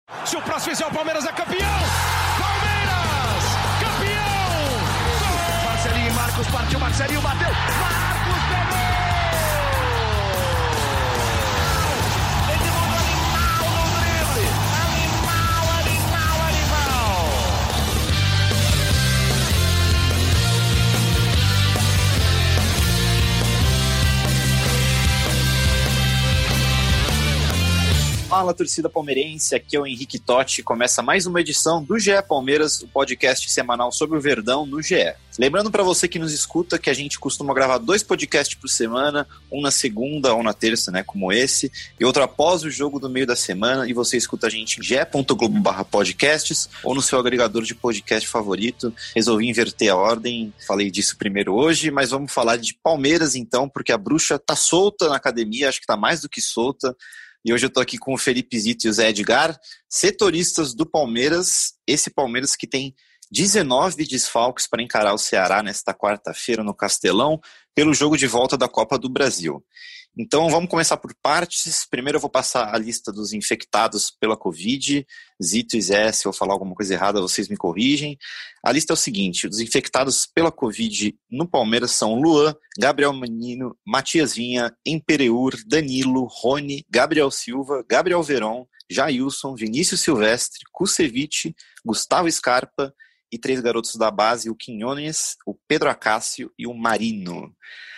Se o próximo fizer o Palmeiras é campeão! Palmeiras! Campeão! Gol! Marcelinho e Marcos, partiu Marcelinho, bateu! Marcos pegou! Edmundo animal no drible! Animal, animal, animal! Fala, torcida palmeirense, aqui é o Henrique Totti. Começa mais uma edição do GE Palmeiras, o podcast semanal sobre o Verdão no GE. Lembrando para você que nos escuta que a gente costuma gravar 2 podcasts por semana, um na segunda ou na terça, né, como esse, e outro após o jogo do meio da semana, e você escuta a gente em ge.globo/podcasts ou no seu agregador de podcast favorito. Resolvi inverter a ordem, falei disso primeiro hoje, mas vamos falar de Palmeiras então, porque a bruxa tá solta na academia, acho que tá mais do que solta. E hoje eu tô aqui com o Felipe Zito e o Zé Edgar, setoristas do Palmeiras, esse Palmeiras que tem 19 desfalques para encarar o Ceará nesta quarta-feira no Castelão, pelo jogo de volta da Copa do Brasil. Então vamos começar por partes. Primeiro eu vou passar a lista dos infectados pela Covid. Zito e Zé, se eu falar alguma coisa errada, vocês me corrigem. A lista é o seguinte: os infectados pela Covid no Palmeiras são Luan, Gabriel Menino, Matias Vinha, Empereur, Danilo, Rony, Gabriel Silva, Gabriel Veron, Jailson, Vinícius Silvestre, Kusevich, Gustavo Scarpa e 3 garotos da base, o Quinones, o Pedro Acácio e o Marino.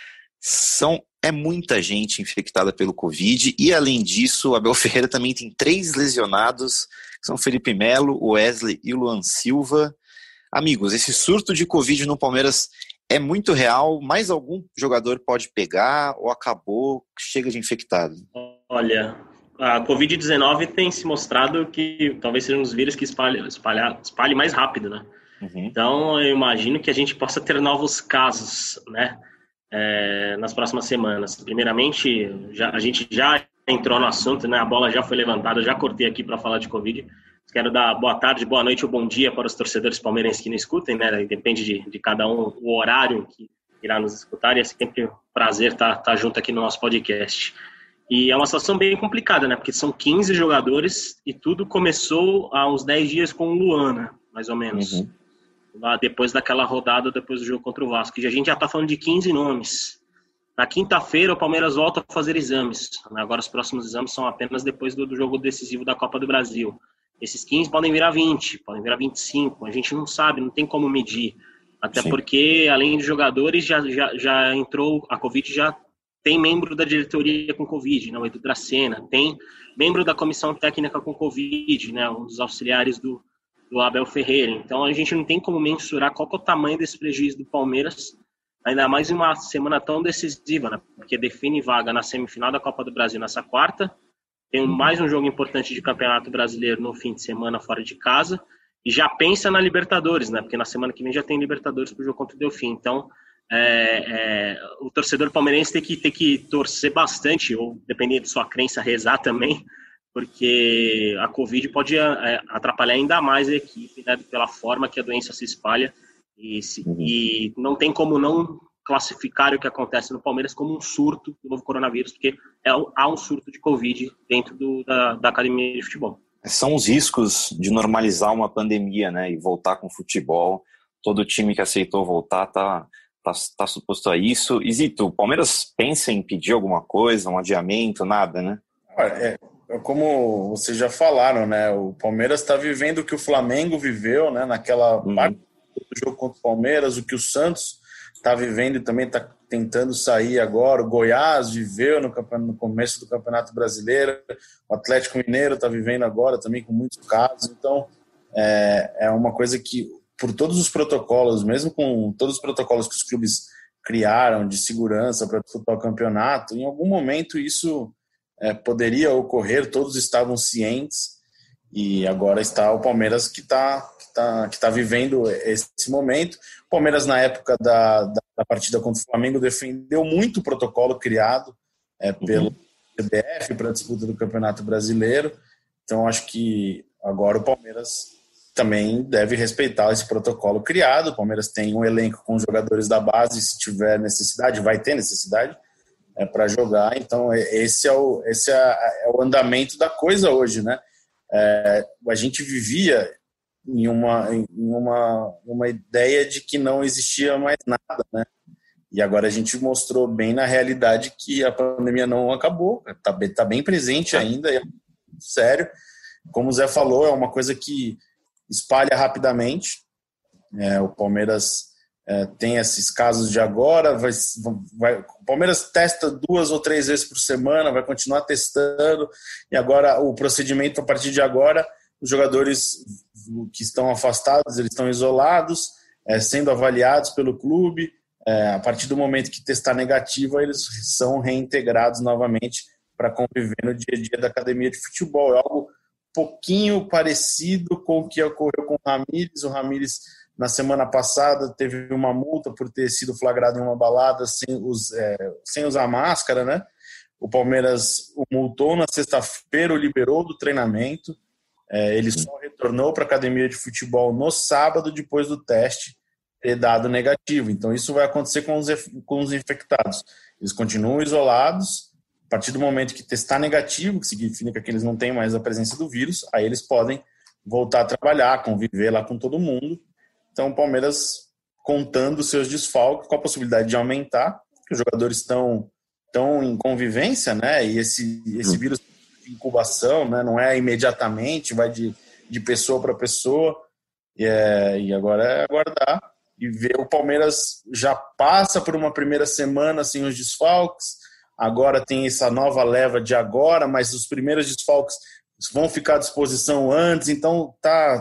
É muita gente infectada pelo Covid e, além disso, o Abel Ferreira também tem 3 lesionados, que são Felipe Melo, o Wesley e o Luan Silva. Amigos, esse surto de Covid no Palmeiras é muito real? Mais algum jogador pode pegar ou acabou, chega de infectado? Olha, a Covid-19 tem se mostrado que talvez seja um dos vírus que espalhe mais rápido, né? Uhum. Então, eu imagino que a gente possa ter novos casos, né? Nas próximas semanas. Primeiramente, a gente já entrou no assunto, né? A bola já foi levantada, já cortei aqui para falar de Covid. Quero dar boa tarde, boa noite ou bom dia para os torcedores palmeirenses que nos escutem, né? Depende de cada um o horário que irá nos escutar, e é sempre um prazer estar junto aqui no nosso podcast. E é uma situação bem complicada, né? Porque são 15 jogadores e tudo começou há uns 10 dias com o Luan, né? Mais ou menos. Uhum. Lá depois daquela rodada, depois do jogo contra o Vasco. E a gente já está falando de 15 nomes. Na quinta-feira, o Palmeiras volta a fazer exames. Agora, os próximos exames são apenas depois do jogo decisivo da Copa do Brasil. Esses 15 podem virar 20, podem virar 25. A gente não sabe, não tem como medir. Até Sim. Porque, além de jogadores, já entrou, a Covid já tem membro da diretoria com Covid, né, o Edu Dracena. Tem membro da comissão técnica com Covid, né, um dos auxiliares do Abel Ferreira. Então a gente não tem como mensurar qual que é o tamanho desse prejuízo do Palmeiras, ainda mais em uma semana tão decisiva, né? Porque define vaga na semifinal da Copa do Brasil nessa quarta, tem mais um jogo importante de Campeonato Brasileiro no fim de semana fora de casa, e já pensa na Libertadores, né? Porque na semana que vem já tem Libertadores para o jogo contra o Delfim. Então o torcedor palmeirense tem que torcer bastante, ou dependendo de sua crença, rezar também, porque a Covid pode atrapalhar ainda mais a equipe, né, pela forma que a doença se espalha, e não tem como não classificar o que acontece no Palmeiras como um surto do novo coronavírus, porque há um surto de Covid dentro da academia de futebol. São os riscos de normalizar uma pandemia, né, e voltar com futebol. Todo time que aceitou voltar tá suposto a isso. E Zito, o Palmeiras pensa em pedir alguma coisa, um adiamento, nada, né? Como vocês já falaram, né? O Palmeiras está vivendo o que o Flamengo viveu, né? Naquela parte do jogo contra o Palmeiras, o que o Santos está vivendo e também está tentando sair agora. O Goiás viveu no começo do Campeonato Brasileiro. O Atlético Mineiro está vivendo agora também com muitos casos. Então, é uma coisa que, por todos os protocolos, mesmo com todos os protocolos que os clubes criaram de segurança para disputar o campeonato, em algum momento isso poderia ocorrer, todos estavam cientes, e agora está o Palmeiras que está vivendo esse momento. O Palmeiras, na época da partida contra o Flamengo, defendeu muito o protocolo criado pelo CBF para a disputa do Campeonato Brasileiro. Então, acho que agora o Palmeiras também deve respeitar esse protocolo criado. O Palmeiras tem um elenco com jogadores da base, se tiver necessidade, vai ter necessidade para jogar. Então esse é o andamento da coisa hoje, né? a gente vivia em uma ideia de que não existia mais nada, né? E agora a gente mostrou bem na realidade que a pandemia não acabou, tá bem presente ainda, é sério. Como o Zé falou, é uma coisa que espalha rapidamente. O Palmeiras tem esses casos de agora, o Palmeiras testa 2 ou 3 vezes por semana, vai continuar testando, e agora o procedimento, a partir de agora, os jogadores que estão afastados, eles estão isolados, sendo avaliados pelo clube. A partir do momento que testar negativo, eles são reintegrados novamente para conviver no dia a dia da academia de futebol. É algo um pouquinho parecido com o que ocorreu com o Ramires. O Ramires, na semana passada, teve uma multa por ter sido flagrado em uma balada sem usar máscara, né? O Palmeiras o multou na sexta-feira, o liberou do treinamento. Ele só retornou para a academia de futebol no sábado, depois do teste ter dado negativo. Então isso vai acontecer com os infectados. Eles continuam isolados. A partir do momento que testar negativo, que significa que eles não têm mais a presença do vírus, aí eles podem voltar a trabalhar, conviver lá com todo mundo. Então o Palmeiras contando seus desfalques, com a possibilidade de aumentar, que os jogadores estão em convivência, né? E esse vírus de incubação, né? Não é imediatamente, vai de pessoa para pessoa. E agora é aguardar e ver. O Palmeiras já passa por uma primeira semana sem os desfalques, agora tem essa nova leva de agora, mas os primeiros desfalques vão ficar à disposição antes, então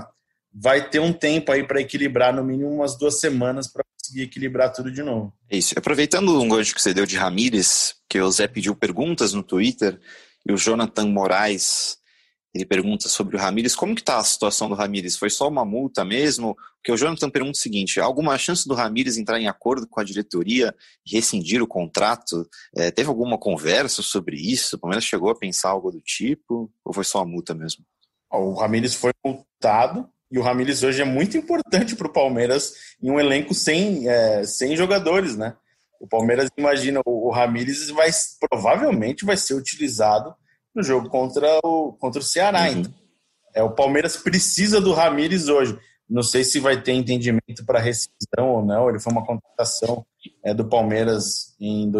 vai ter um tempo aí para equilibrar, no mínimo umas 2 semanas para conseguir equilibrar tudo de novo. Isso, aproveitando um gancho que você deu de Ramires, que o Zé pediu perguntas no Twitter, e o Jonathan Moraes, ele pergunta sobre o Ramires, como que está a situação do Ramires? Foi só uma multa mesmo? Porque o Jonathan pergunta o seguinte, alguma chance do Ramires entrar em acordo com a diretoria e rescindir o contrato? Teve alguma conversa sobre isso? O Palmeiras chegou a pensar algo do tipo? Ou foi só uma multa mesmo? O Ramires foi multado, e o Ramires hoje é muito importante para o Palmeiras em um elenco sem jogadores, né? O Palmeiras, imagina, o Ramires provavelmente vai ser utilizado no jogo contra o Ceará. Então, o Palmeiras precisa do Ramires hoje. Não sei se vai ter entendimento para rescisão ou não. Ele foi uma contratação do Palmeiras em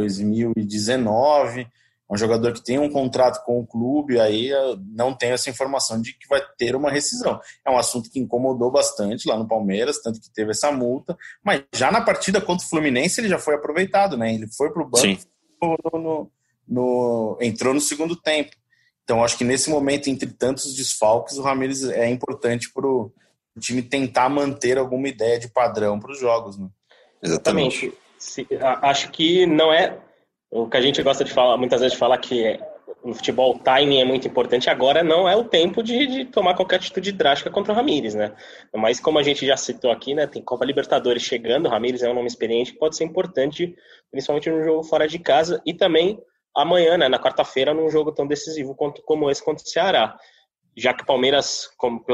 2019. É um jogador que tem um contrato com o clube, aí não tenho essa informação de que vai ter uma rescisão. É um assunto que incomodou bastante lá no Palmeiras, tanto que teve essa multa. Mas já na partida contra o Fluminense ele já foi aproveitado, né? Ele foi para o banco, entrou no segundo tempo. Então, acho que nesse momento, entre tantos desfalques, o Ramires é importante para o time tentar manter alguma ideia de padrão para os jogos, né? Exatamente. Acho que não é o que a gente gosta de falar, muitas vezes de falar que no futebol o timing é muito importante. Agora não é o tempo de tomar qualquer atitude drástica contra o Ramires, né? Mas como a gente já citou aqui, né, tem Copa Libertadores chegando, o Ramires é um nome experiente que pode ser importante, principalmente no jogo fora de casa e também amanhã, né, na quarta-feira, num jogo tão decisivo como esse contra o Ceará. Já que o Palmeiras,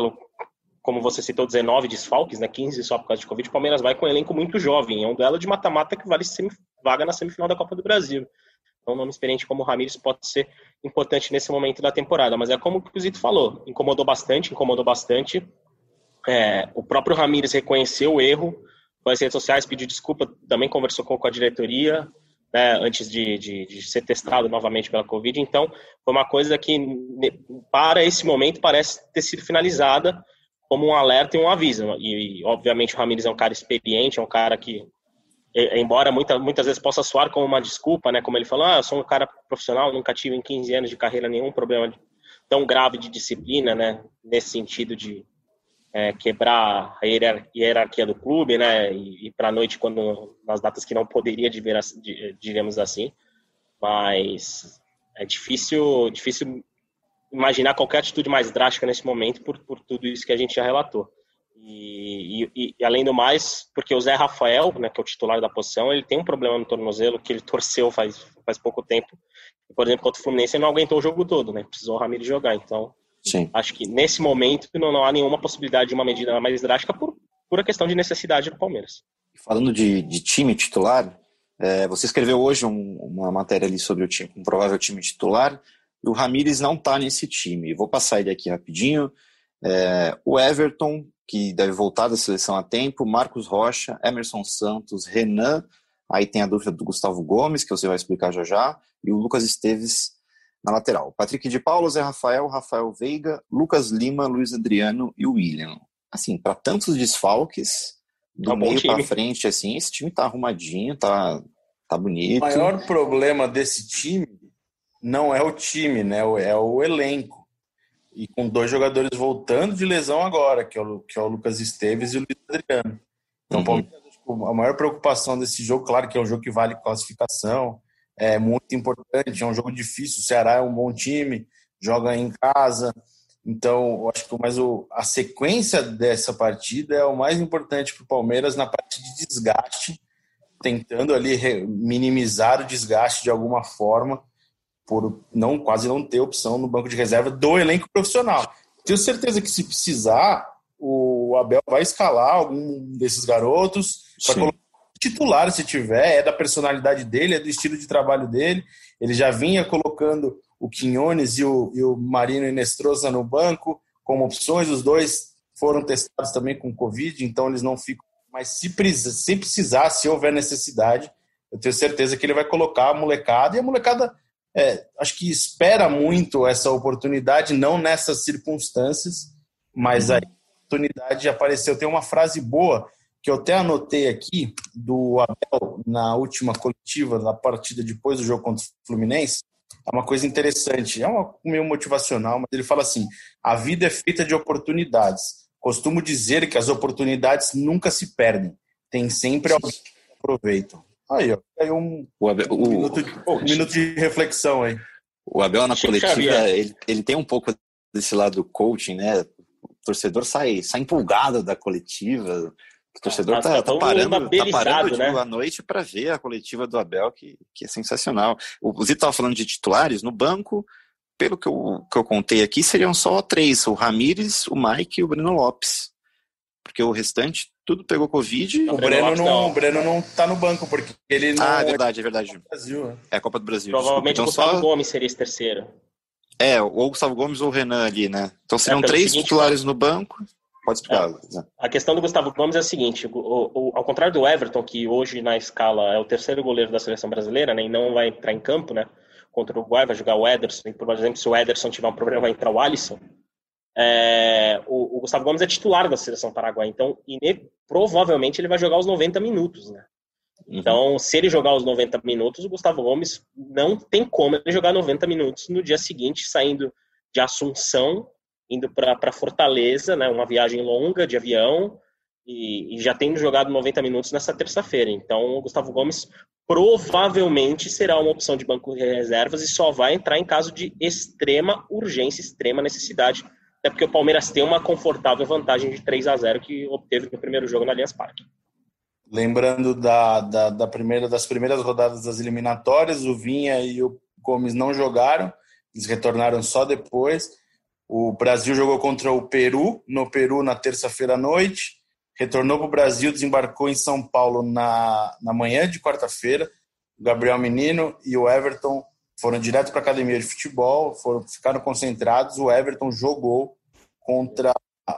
como você citou, 19 desfalques, né, 15 só por causa de Covid, o Palmeiras vai com um elenco muito jovem. É um duelo de mata-mata que vale vaga na semifinal da Copa do Brasil. Então, um nome experiente como o Ramires pode ser importante nesse momento da temporada. Mas é como o Zito falou, incomodou bastante. O próprio Ramires reconheceu o erro, nas redes sociais pediu desculpa, também conversou com a diretoria, né, antes de ser testado novamente pela Covid. Então, foi uma coisa que, para esse momento, parece ter sido finalizada como um alerta e um aviso. E obviamente, o Ramires é um cara experiente, é um cara que, embora muitas vezes possa soar como uma desculpa, né, como ele falou, eu sou um cara profissional, nunca tive em 15 anos de carreira nenhum problema tão grave de disciplina, né, nesse sentido de quebrar a hierarquia do clube, né, e para a noite nas datas que não poderia, digamos assim. Mas é difícil imaginar qualquer atitude mais drástica nesse momento por tudo isso que a gente já relatou. E além do mais, porque o Zé Rafael, né, que é o titular da posição, ele tem um problema no tornozelo que ele torceu faz pouco tempo. Por exemplo, contra o Fluminense ele não aguentou o jogo todo, né? Precisou o Ramires jogar. Então, sim, acho que nesse momento não há nenhuma possibilidade de uma medida mais drástica por a questão de necessidade do Palmeiras. Falando de time titular, você escreveu hoje uma matéria ali sobre um provável time titular. E o Ramírez não está nesse time. Vou passar ele aqui rapidinho. O Everton, que deve voltar da seleção a tempo, Marcos Rocha, Emerson Santos, Renan, aí tem a dúvida do Gustavo Gomes, que você vai explicar já já, e o Lucas Esteves na lateral. Patrick de Paulo, Zé Rafael, Rafael Veiga, Lucas Lima, Luiz Adriano e o William. Assim, para tantos desfalques, do meio para frente, assim, esse time tá arrumadinho, tá bonito. O maior problema desse time não é o time, né? É o elenco. E com 2 jogadores voltando de lesão agora, que é o Lucas Esteves e o Luiz Adriano. Então, a maior preocupação desse jogo, claro que é um jogo que vale classificação, é muito importante, é um jogo difícil, o Ceará é um bom time, joga em casa, então eu acho que a sequência dessa partida é o mais importante para o Palmeiras na parte de desgaste, tentando ali minimizar o desgaste de alguma forma, por quase não ter opção no banco de reserva do elenco profissional. Tenho certeza que se precisar, o Abel vai escalar algum desses garotos, vai colocar titular se tiver, é da personalidade dele, é do estilo de trabalho dele. Ele já vinha colocando o Quinones e o Marino Inestrosa no banco como opções, os 2 foram testados também com Covid, então eles não ficam. Mas se precisar, se houver necessidade, eu tenho certeza que ele vai colocar a molecada, e a molecada acho que espera muito essa oportunidade, não nessas circunstâncias, mas a oportunidade apareceu. Tem uma frase boa que eu até anotei aqui do Abel na última coletiva, na partida depois do jogo contra o Fluminense. É uma coisa interessante, meio motivacional, mas ele fala assim: a vida é feita de oportunidades. Costumo dizer que as oportunidades nunca se perdem, tem sempre alguém que aproveita. Aí, ó, um minuto de reflexão aí. O Abel na coletiva, ele tem um pouco desse lado coaching, né? O torcedor sai empolgado da coletiva. O torcedor tá parando né? A noite para ver a coletiva do Abel, que é sensacional. O Zito estava falando de titulares no banco. Pelo que eu contei aqui, seriam só 3: o Ramírez, o Mike e o Breno Lopes. Porque o restante tudo pegou Covid. O Breno não tá no banco, porque ele não... é verdade. Brasil, né? É a Copa do Brasil. Provavelmente então, o Gustavo Gomes seria esse terceiro. Ou o Gustavo Gomes ou o Renan ali, né? Então seriam 3 titulares no banco. Pode explicar. A questão do Gustavo Gomes é a seguinte: ao contrário do Everton, que hoje na escala é o terceiro goleiro da seleção brasileira, né, e não vai entrar em campo, né? Contra o Uruguai vai jogar o Ederson, e, por exemplo, se o Ederson tiver um problema vai entrar o Alisson. O Gustavo Gomes é titular da seleção paraguaia, então provavelmente ele vai jogar os 90 minutos, né? Então, se ele jogar os 90 minutos, o Gustavo Gomes não tem como ele jogar 90 minutos no dia seguinte, saindo de Assunção, indo para Fortaleza, né? Uma viagem longa de avião, e já tendo jogado 90 minutos nessa terça-feira. Então, o Gustavo Gomes provavelmente será uma opção de banco de reservas e só vai entrar em caso de extrema urgência, extrema necessidade. Até porque o Palmeiras tem uma confortável vantagem de 3-0 que obteve no primeiro jogo na Allianz Parque. Lembrando das primeiras rodadas das eliminatórias, o Vinha e o Gomes não jogaram, eles retornaram só depois. O Brasil jogou contra o Peru, no Peru na terça-feira à noite, retornou para o Brasil, desembarcou em São Paulo na manhã de quarta-feira. O Gabriel Menino e o Everton foram direto para a academia de futebol, ficaram concentrados. O Everton jogou contra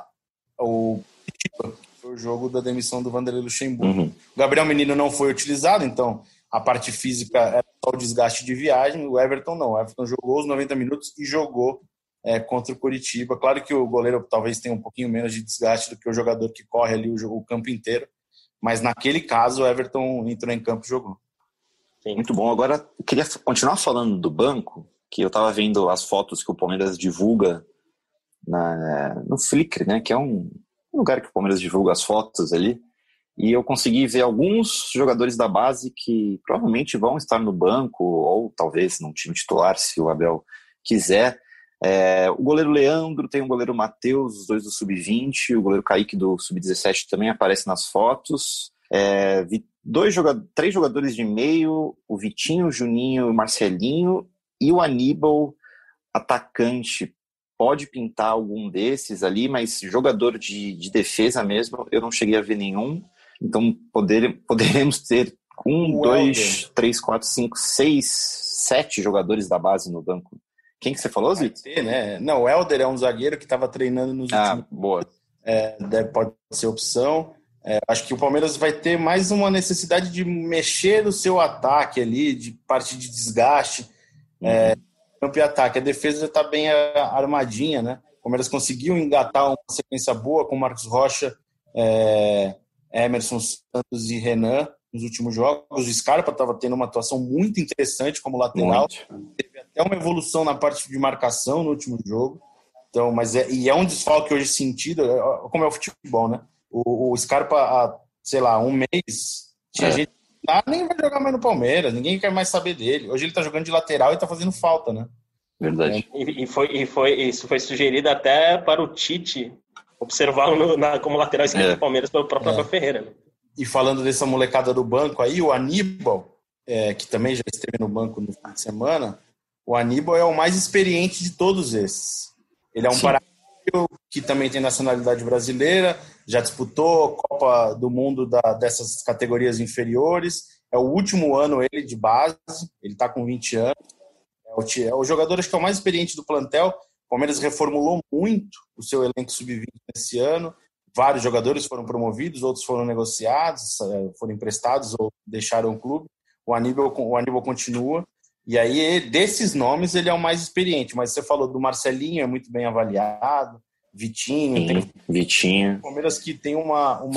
o Curitiba, que foi o jogo da demissão do Vanderlei Luxemburgo. O Gabriel Menino não foi utilizado, então a parte física era só o desgaste de viagem. O Everton não. O Everton jogou os 90 minutos e jogou contra o Curitiba. Claro que o goleiro talvez tenha um pouquinho menos de desgaste do que o jogador que corre ali o campo inteiro, mas naquele caso o Everton entrou em campo e jogou. Sim. Muito bom. Agora, eu queria continuar falando do banco, que eu estava vendo as fotos que o Palmeiras divulga no Flickr, né, que é um lugar que o Palmeiras divulga as fotos ali, e eu consegui ver alguns jogadores da base que provavelmente vão estar no banco, ou talvez no time titular, se o Abel quiser. O goleiro Leandro, tem o goleiro Matheus, os 2 do Sub-20, o goleiro Kaique do Sub-17 também aparece nas fotos. Vi 3 jogadores de meio, o Vitinho, o Juninho e o Marcelinho, e o Aníbal, atacante. Pode pintar algum desses ali, mas jogador de defesa mesmo, eu não cheguei a ver nenhum. Então poderemos ter 1, 2, 3, 4, 5, 6, 7 jogadores da base no banco. Quem que você falou, Zito? Né? Não, o Helder é um zagueiro que estava treinando nos últimos... boa. Pode ser opção. Acho que o Palmeiras vai ter mais uma necessidade de mexer no seu ataque ali, de parte de desgaste, campo e ataque. A defesa já está bem armadinha, né? O Palmeiras conseguiu engatar uma sequência boa com Marcos Rocha, Emerson Santos e Renan nos últimos jogos. O Scarpa estava tendo uma atuação muito interessante como lateral. Teve até uma evolução na parte de marcação no último jogo. Então, é um desfalque hoje sentido, como é o futebol, né? O Scarpa, há, sei lá, um mês, tinha gente que nem vai jogar mais no Palmeiras, ninguém quer mais saber dele. Hoje ele tá jogando de lateral e tá fazendo falta, né? Verdade. Isso foi sugerido até para o Tite observá-lo como lateral esquerdo do Palmeiras pelo próprio Ferreira. Né? E falando dessa molecada do banco aí, o Aníbal, que também já esteve no banco no fim de semana, o Aníbal é o mais experiente de todos esses. Ele é um paraguaio que também tem nacionalidade brasileira, já disputou Copa do Mundo dessas categorias inferiores, é o último ano ele de base, ele está com 20 anos, é o jogador acho que é o mais experiente do plantel. O Palmeiras reformulou muito o seu elenco sub-20 nesse ano, vários jogadores foram promovidos, outros foram negociados, foram emprestados ou deixaram o clube. O Aníbal continua. E aí, desses nomes, ele é o mais experiente. Mas você falou do Marcelinho, é muito bem avaliado. Vitinho. Vitinho. O Palmeiras que tem um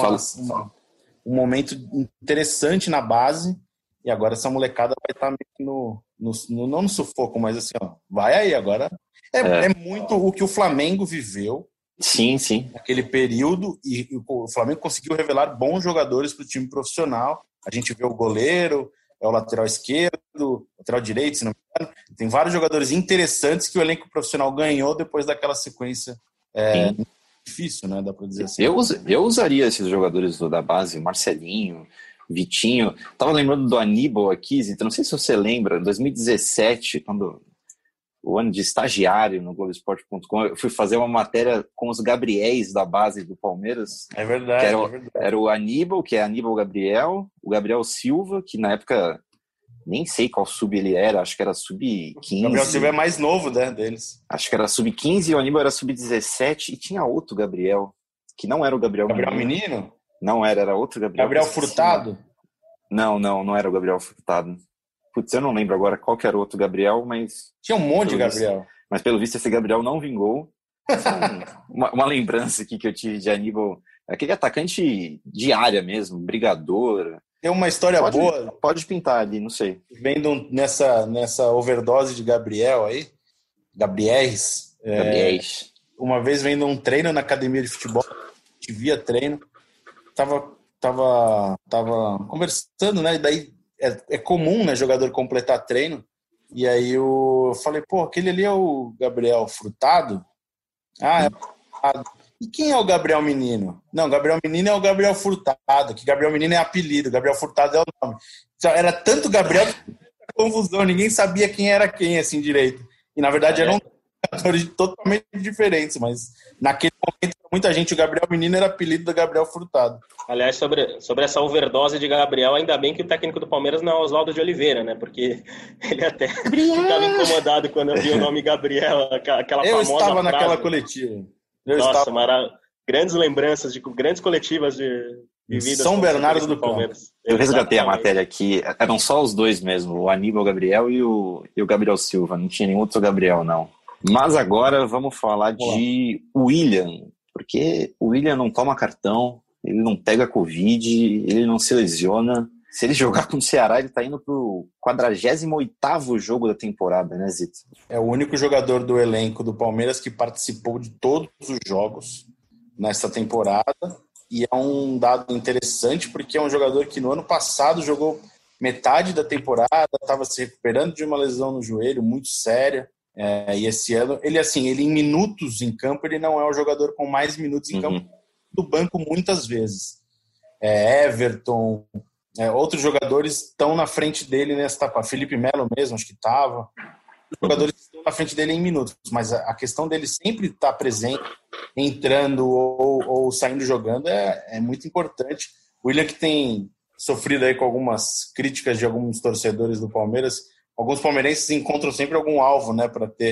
momento interessante na base. E agora essa molecada vai estar meio não no sufoco, mas assim, ó, vai aí agora. É muito o que o Flamengo viveu. Sim. Naquele período. E o Flamengo conseguiu revelar bons jogadores para o time profissional. A gente vê o goleiro... o lateral esquerdo, lateral direito, se não me engano. Tem vários jogadores interessantes que o elenco profissional ganhou depois daquela sequência difícil, né? Dá para dizer assim. Eu usaria esses jogadores da base, Marcelinho, Vitinho. Tava lembrando do Aníbal aqui, então não sei se você lembra, em 2017, quando o ano de estagiário no Globoesporte.com, eu fui fazer uma matéria com os Gabriéis da base do Palmeiras. É verdade, era o Aníbal, que é Aníbal Gabriel, o Gabriel Silva, que na época nem sei qual sub ele era, acho que era sub-15. O Gabriel Silva é mais novo, né, deles. Acho que era sub-15 e o Aníbal era sub-17 e tinha outro Gabriel, que não era o Gabriel Menino? Não era outro Gabriel. Gabriel Furtado? Não era o Gabriel Furtado. Putz, eu não lembro agora qual que era o outro Gabriel, mas... Tinha um monte de Gabriel. Mas pelo visto esse Gabriel não vingou. Uma lembrança aqui que eu tive de Aníbal, aquele atacante de área mesmo, brigador. Tem uma história boa. Pode pintar ali, não sei. Vendo nessa overdose de Gabriel aí, Gabriéis. Uma vez vendo um treino na academia de futebol, que via treino, tava conversando, né? E daí é comum, né, jogador completar treino. E aí eu falei, aquele ali é o Gabriel Furtado? É o Furtado. E quem é o Gabriel Menino? Não, Gabriel Menino é o Gabriel Furtado, que Gabriel Menino é apelido, Gabriel Furtado é o nome. Era tanto Gabriel que confusão, ninguém sabia quem era quem, assim, direito. E na verdade eram jogadores totalmente diferentes, mas naquele momento, muita gente, o Gabriel Menino era apelido do Gabriel Furtado. Aliás, sobre essa overdose de Gabriel, ainda bem que o técnico do Palmeiras não é Oswaldo de Oliveira, né? Porque ele até ficava incomodado quando eu vi o nome Gabriel, aquela famosa frase. Eu estava naquela coletiva. Grandes lembranças de grandes coletivas vividas. São Bernardo do Palmeiras. Eu resgatei a matéria aqui, eram só os dois mesmo, o Aníbal Gabriel e o Gabriel Silva, não tinha nenhum outro Gabriel, não. Mas agora vamos falar de William, porque o William não toma cartão, ele não pega Covid, ele não se lesiona. Se ele jogar com o Ceará, ele tá indo pro 48º jogo da temporada, né, Zito? É o único jogador do elenco do Palmeiras que participou de todos os jogos nessa temporada. E é um dado interessante porque é um jogador que no ano passado jogou metade da temporada, estava se recuperando de uma lesão no joelho muito séria. E esse ano, ele em minutos em campo, ele não é o jogador com mais minutos em campo do banco muitas vezes. Everton, outros jogadores estão na frente dele nessa etapa. Felipe Melo mesmo, acho que estava. Os jogadores estão na frente dele em minutos, mas a questão dele sempre estar presente, entrando ou saindo jogando, é muito importante. O William, que tem sofrido aí com algumas críticas de alguns torcedores do Palmeiras, alguns palmeirenses encontram sempre algum alvo, né, para ter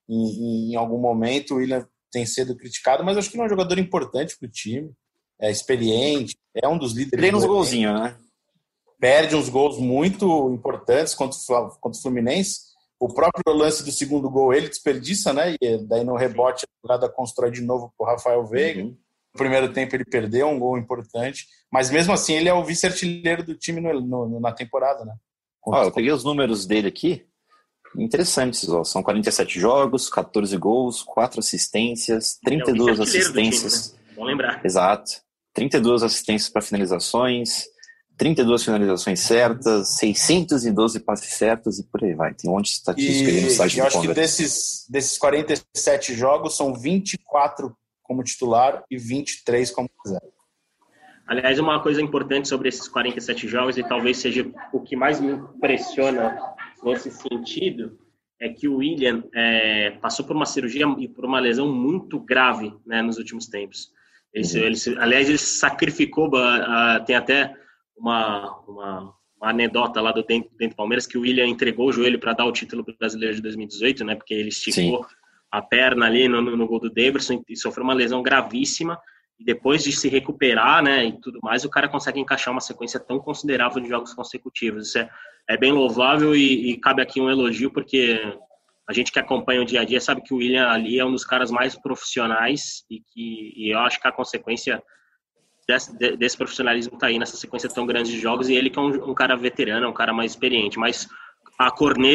em algum momento. O Willian tem sido criticado, mas acho que ele é um jogador importante para o time, é experiente, é um dos líderes. Treina uns golzinhos, né? Perde uns gols muito importantes contra o Fluminense. O próprio lance do segundo gol ele desperdiça, né? E daí no rebote a jogada constrói de novo para o Rafael Veiga. No primeiro tempo ele perdeu um gol importante, mas mesmo assim ele é o vice-artilheiro do time na temporada, né? Eu peguei os números dele aqui, interessantes, são 47 jogos, 14 gols, 4 assistências, 32 assistências. Time, né? Bom lembrar. Exato. 32 assistências para finalizações, 32 finalizações certas, 612 passes certos e por aí vai. Tem um monte de estatística aí no site do Palmeiras. Eu acho que desses 47 jogos, são 24 como titular e 23 como reserva. Aliás, uma coisa importante sobre esses 47 jogos, e talvez seja o que mais me impressiona nesse sentido, é que o Willian passou por uma cirurgia e por uma lesão muito grave, né, nos últimos tempos. Aliás, ele se sacrificou, tem até uma anedota lá dentro do Palmeiras, que o Willian entregou o joelho para dar o título brasileiro de 2018, né, porque ele esticou a perna ali no gol do Daverson e sofreu uma lesão gravíssima. E depois de se recuperar, né, e tudo mais, o cara consegue encaixar uma sequência tão considerável de jogos consecutivos. Isso é bem louvável e cabe aqui um elogio, porque a gente que acompanha o dia a dia sabe que o Willian ali é um dos caras mais profissionais e eu acho que a consequência desse profissionalismo está aí nessa sequência tão grande de jogos, e ele que é um cara veterano, um cara mais experiente, mas a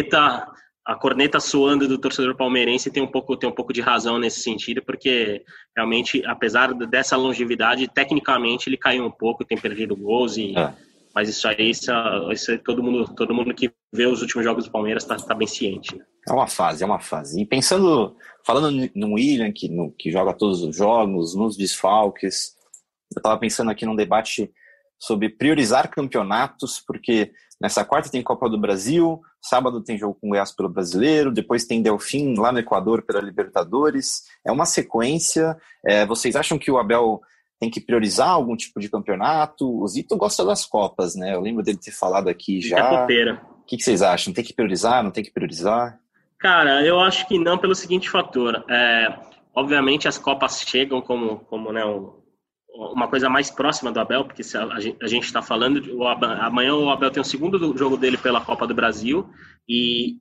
corneta soando do torcedor palmeirense tem um pouco de razão nesse sentido, porque realmente, apesar dessa longevidade, tecnicamente ele caiu um pouco, tem perdido gols, mas isso aí todo mundo que vê os últimos jogos do Palmeiras está bem ciente. Né? É uma fase. E falando no Willian, que joga todos os jogos, nos desfalques, eu estava pensando aqui num debate sobre priorizar campeonatos, porque nessa quarta tem Copa do Brasil, sábado tem jogo com o Goiás pelo Brasileiro, depois tem Delfim lá no Equador pela Libertadores. É uma sequência. Vocês acham que o Abel tem que priorizar algum tipo de campeonato? O Zito gosta das Copas, né? Eu lembro dele ter falado aqui já. O que vocês acham? Tem que priorizar, não tem que priorizar? Cara, eu acho que não, pelo seguinte fator. Obviamente as Copas chegam como né, uma coisa mais próxima do Abel, porque a gente está falando, amanhã o Abel tem o segundo jogo dele pela Copa do Brasil e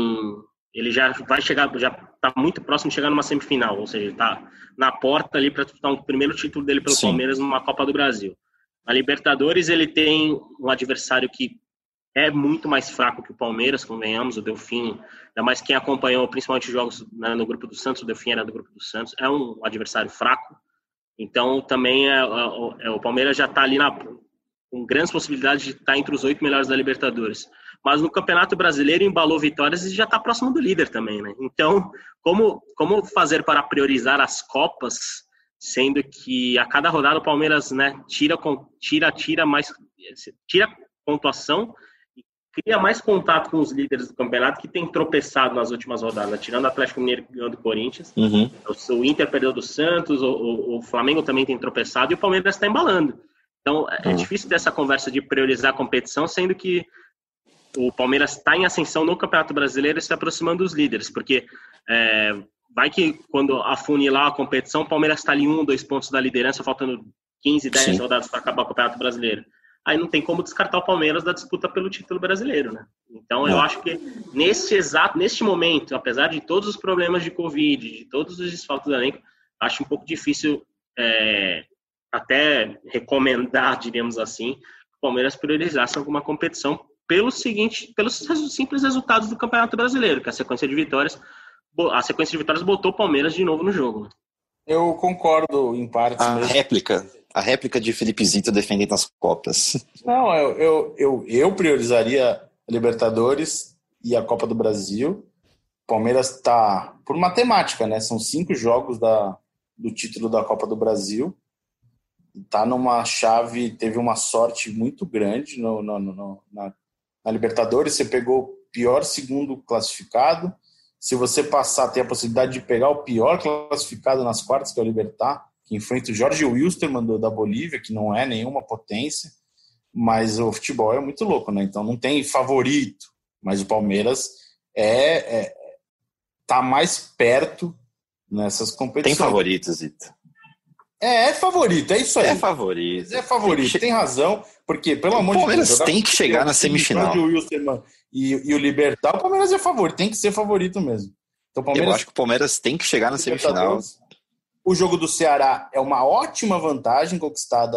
ele já vai chegar, já está muito próximo de chegar numa semifinal, ou seja, está na porta ali para disputar o primeiro título dele pelo Palmeiras numa Copa do Brasil. Na Libertadores ele tem um adversário que é muito mais fraco que o Palmeiras, convenhamos, o Delfim, ainda mais quem acompanhou principalmente os jogos, né, no grupo do Santos, o Delfim era do grupo do Santos, é um adversário fraco. Então, também o Palmeiras já está ali com grandes possibilidades de estar entre os 8 melhores da Libertadores. Mas no Campeonato Brasileiro embalou vitórias e já está próximo do líder também, né? Então, como fazer para priorizar as Copas, sendo que a cada rodada o Palmeiras, né, tira pontuação e cria mais contato com os líderes do campeonato que tem tropeçado nas últimas rodadas, tirando o Atlético Mineiro que ganhou do Corinthians, o Inter perdeu do Santos, o Flamengo também tem tropeçado e o Palmeiras está embalando. Então é difícil ter essa conversa de priorizar a competição, sendo que o Palmeiras está em ascensão no Campeonato Brasileiro e se aproximando dos líderes, porque vai que quando afunilar a competição, o Palmeiras está ali 1 ou 2 pontos da liderança, faltando 15, 10 rodadas para acabar o Campeonato Brasileiro. Aí não tem como descartar o Palmeiras da disputa pelo título brasileiro, né? Então eu acho que neste momento, apesar de todos os problemas de Covid, de todos os desfalques do elenco, acho um pouco difícil até recomendar, diríamos assim, que o Palmeiras priorizasse alguma competição pelos simples resultados do Campeonato Brasileiro, que a sequência de vitórias botou o Palmeiras de novo no jogo. Né? Eu concordo em partes mesmo. A réplica de Felipe Zito defendendo as Copas. Não, eu priorizaria a Libertadores e a Copa do Brasil. O Palmeiras está, por matemática, né? São 5 jogos do título da Copa do Brasil. Está numa chave, teve uma sorte muito grande na Libertadores. Você pegou o pior segundo classificado. Se você passar, tem a possibilidade de pegar o pior classificado nas quartas, que é o Libertad, que enfrenta o Jorge Wilstermann da Bolívia, que não é nenhuma potência, mas o futebol é muito louco, né? Então não tem favorito, mas o Palmeiras tá mais perto nessas competições. Tem favoritos, Zito. É favorito, é isso aí. É favorito. Tem razão, porque, pelo amor de Deus... O Palmeiras tem que chegar na semifinal. O Wilstermann e o Libertad, o Palmeiras é favorito, tem que ser favorito mesmo. Então, Eu acho que o Palmeiras tem que chegar na semifinal. O jogo do Ceará é uma ótima vantagem conquistada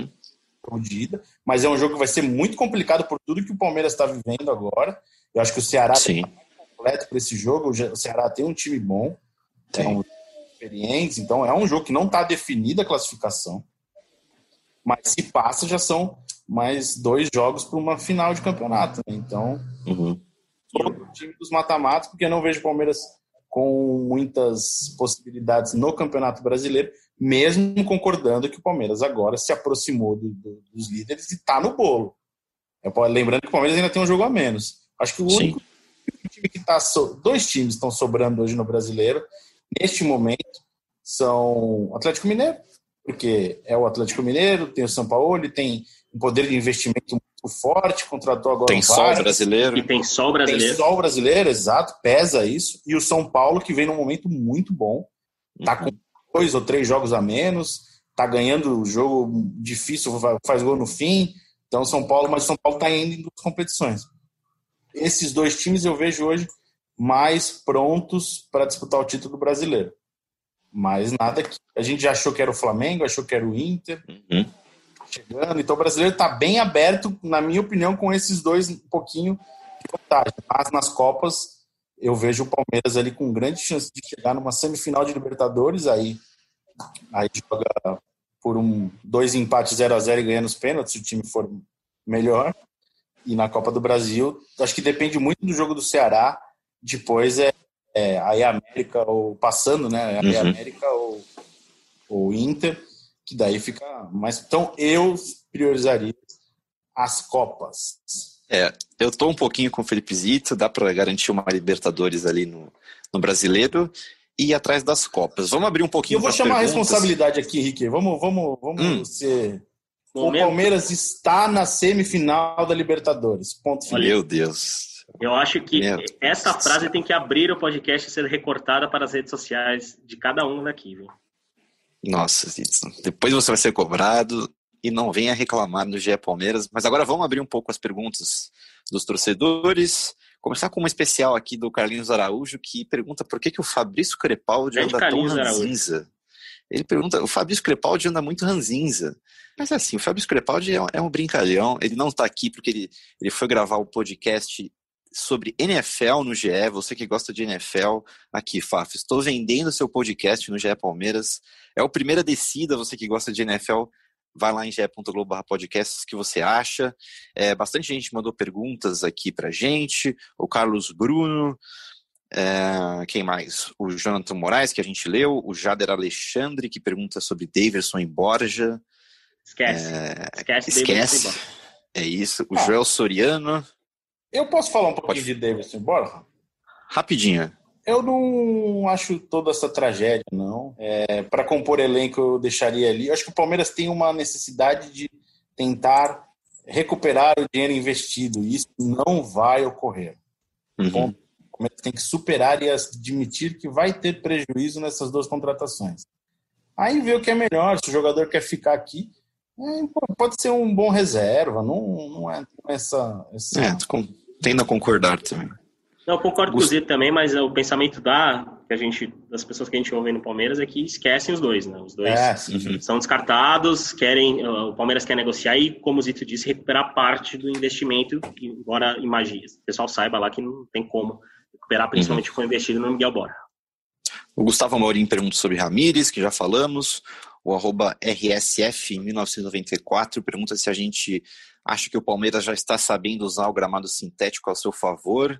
mas é um jogo que vai ser muito complicado por tudo que o Palmeiras está vivendo agora. Eu acho que o Ceará está completo para esse jogo. O Ceará tem um time bom, experiente, então é um jogo que não está definida a classificação, mas se passa já são mais 2 jogos para uma final de campeonato, né? Então todo o time dos mata-matas, porque eu não vejo o Palmeiras com muitas possibilidades no Campeonato Brasileiro, mesmo concordando que o Palmeiras agora se aproximou dos líderes e está no bolo. Lembrando que o Palmeiras ainda tem um jogo a menos. Acho que o único time que está... 2 times estão sobrando hoje no Brasileiro, neste momento, são o Atlético Mineiro, porque é o Atlético Mineiro, tem o São Paulo, ele tem um poder de investimento muito forte, contratou agora tem só o brasileiro. E tem só o brasileiro. Tem só o brasileiro, exato, pesa isso. E o São Paulo, que vem num momento muito bom, tá com 2 ou 3 jogos a menos, tá ganhando o jogo difícil, faz gol no fim. Então, mas o São Paulo tá indo em 2 competições. Esses 2 times eu vejo hoje mais prontos para disputar o título brasileiro. Mas nada que... A gente já achou que era o Flamengo, achou que era o Inter chegando. Então o brasileiro está bem aberto, na minha opinião, com esses 2 um pouquinho de vantagem. Mas nas Copas eu vejo o Palmeiras ali com grande chance de chegar numa semifinal de Libertadores, aí joga por 2 empates 0-0 e ganhando os pênaltis, se o time for melhor. E na Copa do Brasil, acho que depende muito do jogo do Ceará. Depois aí a América, ou passando, né? Aí a América ou Inter, que daí fica mais... Então, eu priorizaria as Copas. Eu tô um pouquinho com o Felipe Zito, dá para garantir uma Libertadores ali no Brasileiro e ir atrás das Copas. Vamos abrir um pouquinho. Eu vou chamar a responsabilidade aqui, Rique. Vamos ser... O Palmeiras está na semifinal da Libertadores. Ponto final. Meu Deus. Eu acho que essa frase tem que abrir o podcast e ser recortada para as redes sociais de cada um daqui, viu? Nossa, depois você vai ser cobrado e não venha reclamar no GE Palmeiras. Mas agora vamos abrir um pouco as perguntas dos torcedores. Começar com uma especial aqui do Carlinhos Araújo, que pergunta por que o Fabrício Crepaldi anda tão ranzinza. Ele pergunta, o Fabrício Crepaldi anda muito ranzinza. Mas assim, o Fabrício Crepaldi é um brincalhão. Ele não está aqui porque ele foi gravar o podcast sobre NFL no GE. Você que gosta de NFL, aqui, Faf, estou vendendo seu podcast no GE Palmeiras. É o Primeira Descida, você que gosta de NFL, vai lá em ge.globo/podcasts, o que você acha. Bastante gente mandou perguntas aqui pra gente. O Carlos Bruno, quem mais? O Jonathan Moraes, que a gente leu. O Jader Alexandre, que pergunta sobre Daverson e Borja. Esquece. É isso. O Joel Soriano. Eu posso falar um pouquinho de Daverson e Borja? Rapidinho. Eu não acho toda essa tragédia, não. Para compor elenco, eu deixaria ali. Eu acho que o Palmeiras tem uma necessidade de tentar recuperar o dinheiro investido. E isso não vai ocorrer. O Palmeiras tem que superar e admitir que vai ter prejuízo nessas 2 contratações. Aí ver o que é melhor. Se o jogador quer ficar aqui, pode ser um bom reserva. Não é essa... Tendo a concordar também. Não, eu concordo com o Zito também, mas o pensamento das pessoas que a gente ouve no Palmeiras é que esquecem os 2, né? Os 2 são descartados, o Palmeiras quer negociar e, como o Zito disse, recuperar parte do investimento, embora imagine, o pessoal saiba lá que não tem como recuperar, principalmente o que foi investido no Miguel Borja. O Gustavo Amorim pergunta sobre Ramírez, que já falamos. O @RSF1994 pergunta se a gente acha que o Palmeiras já está sabendo usar o gramado sintético ao seu favor.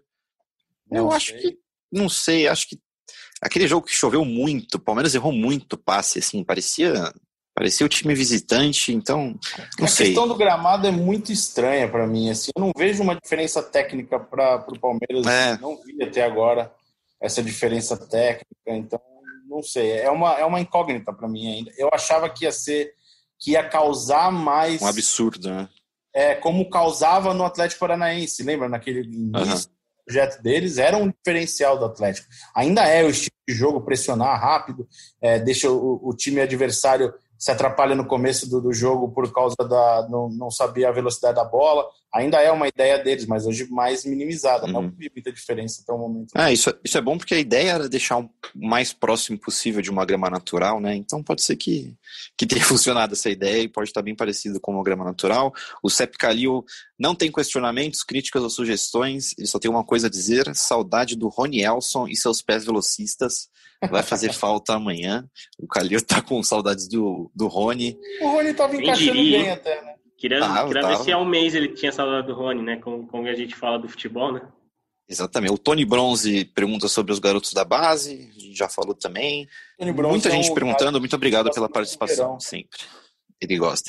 Não sei, acho que aquele jogo que choveu muito, o Palmeiras errou muito passe, assim, parecia o time visitante, então, não sei. A questão do gramado é muito estranha para mim, assim, eu não vejo uma diferença técnica para o Palmeiras, não vi até agora essa diferença técnica, então, não sei, é uma incógnita para mim ainda. Eu achava que ia causar mais... Um absurdo, né? Como causava no Atlético Paranaense, lembra? Naquele início, projeto deles era um diferencial do Atlético. Ainda é o estilo de jogo, pressionar rápido, deixa o time adversário se atrapalha no começo do jogo por causa não saber a velocidade da bola. Ainda é uma ideia deles, mas hoje mais minimizada. Não vi muita diferença até o momento. Isso é bom porque a ideia era deixar o mais próximo possível de uma grama natural, né? Então pode ser que tenha funcionado essa ideia e pode estar bem parecido com uma grama natural. O Sepp Khalil não tem questionamentos, críticas ou sugestões, ele só tem uma coisa a dizer: saudade do Rony Elson e seus pés velocistas. Vai fazer falta amanhã. O Khalil tá com saudades do Rony. O Rony tava encaixando bem até, né? Queria ver se há um mês ele tinha saudade do Rony, né? Como a gente fala do futebol, né? Exatamente. O Tony Bronze pergunta sobre os garotos da base, a gente já falou também. Muita gente perguntando, muito obrigado pela participação, sempre. Ele gosta.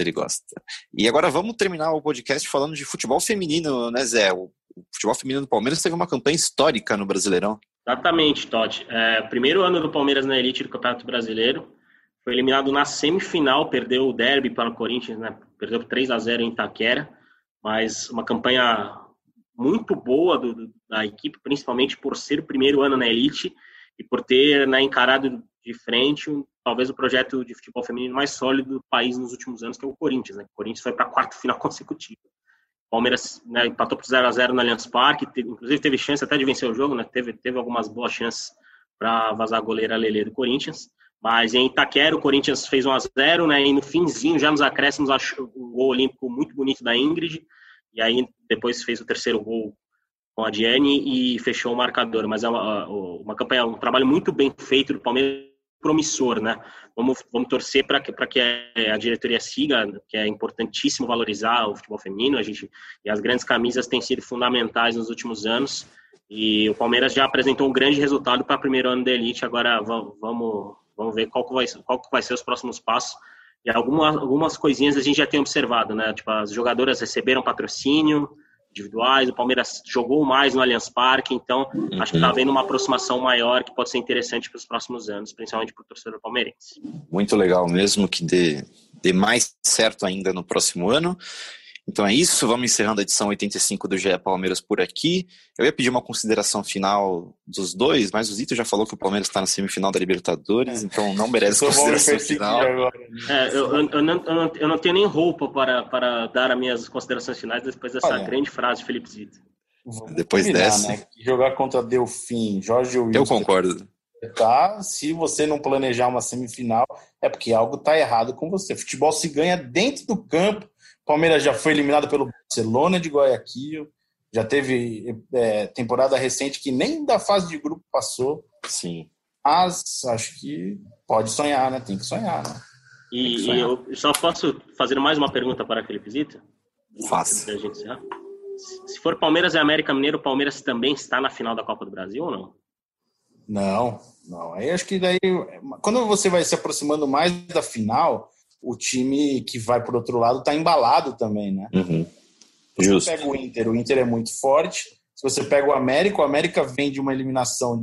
E agora vamos terminar o podcast falando de futebol feminino, né, Zé? O futebol feminino do Palmeiras teve uma campanha histórica no Brasileirão. Exatamente, Totti. Primeiro ano do Palmeiras na elite do Campeonato Brasileiro. Foi eliminado na semifinal, perdeu o derby para o Corinthians, né? Perdeu por 3-0 em Itaquera. Mas uma campanha muito boa da equipe, principalmente por ser o primeiro ano na elite e por ter, né, encarado de frente talvez o projeto de futebol feminino mais sólido do país nos últimos anos, que é o Corinthians, né? O Corinthians foi para a quarta final consecutiva. O Palmeiras, né, empatou por 0-0 no Allianz Parque, inclusive teve chance até de vencer o jogo, né? Teve algumas boas chances para vazar a goleira Lelê do Corinthians. Mas em Itaquera o Corinthians fez 1-0, né? E no finzinho, já nos acréscimos, achou um gol olímpico muito bonito da Ingrid. E aí depois fez o terceiro gol com a Diane e fechou o marcador. Mas é uma campanha, um trabalho muito bem feito do Palmeiras, promissor, né? Vamos torcer para que a diretoria siga, que é importantíssimo valorizar o futebol feminino. E as grandes camisas têm sido fundamentais nos últimos anos. E o Palmeiras já apresentou um grande resultado para o primeiro ano da elite. Agora vamos ver qual que vai ser os próximos passos. E algumas coisinhas a gente já tem observado, né? Tipo, as jogadoras receberam patrocínio individuais, o Palmeiras jogou mais no Allianz Parque, então acho que está havendo uma aproximação maior que pode ser interessante para os próximos anos, principalmente para o torcedor palmeirense. Muito legal mesmo, que dê mais certo ainda no próximo ano. Então é isso, vamos encerrando a edição 85 do GE Palmeiras por aqui. Eu ia pedir uma consideração final dos dois, mas o Zito já falou que o Palmeiras está na semifinal da Libertadores, então não merece consideração final. Eu não tenho nem roupa para dar as minhas considerações finais depois dessa grande frase de Felipe Zito. Depois dessa, né? Jogar contra Delfim, Jorge Wilson. Eu concordo. Tá? Se você não planejar uma semifinal, é porque algo está errado com você. Futebol se ganha dentro do campo. Palmeiras já foi eliminado pelo Barcelona de Guayaquil, já teve temporada recente que nem da fase de grupo passou. Sim. Mas acho que pode sonhar, né? Tem que sonhar, né? E eu só posso fazer mais uma pergunta para a Felipe Zito? Faça. Se for Palmeiras e América Mineiro, o Palmeiras também está na final da Copa do Brasil ou não? Não. Aí acho que daí, quando você vai se aproximando mais da final, o time que vai por outro lado está embalado também, né? Se você pega o Inter é muito forte. Se você pega o América vem de uma eliminação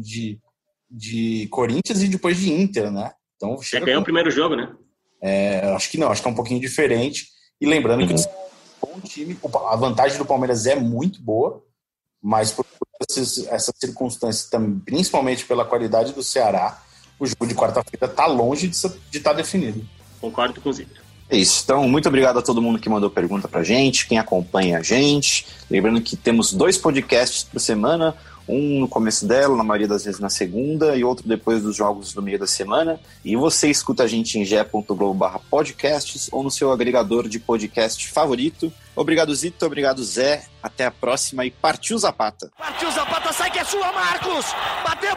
de Corinthians e depois de Inter, né? Então, ganhou o primeiro jogo, né? Acho que não, acho que é um pouquinho diferente. E lembrando que é um time, a vantagem do Palmeiras é muito boa, mas por essas circunstâncias, também, principalmente pela qualidade do Ceará, o jogo de quarta-feira está longe de estar definido. Concordo com o Zito. É isso. Então, muito obrigado a todo mundo que mandou pergunta pra gente, quem acompanha a gente. Lembrando que temos 2 podcasts por semana, um no começo dela, na maioria das vezes na segunda, e outro depois dos jogos do meio da semana. E você escuta a gente em ge.globo/podcasts ou no seu agregador de podcast favorito. Obrigado, Zito. Obrigado, Zé. Até a próxima e partiu Zapata. Partiu Zapata, sai que é sua, Marcos! Bateu!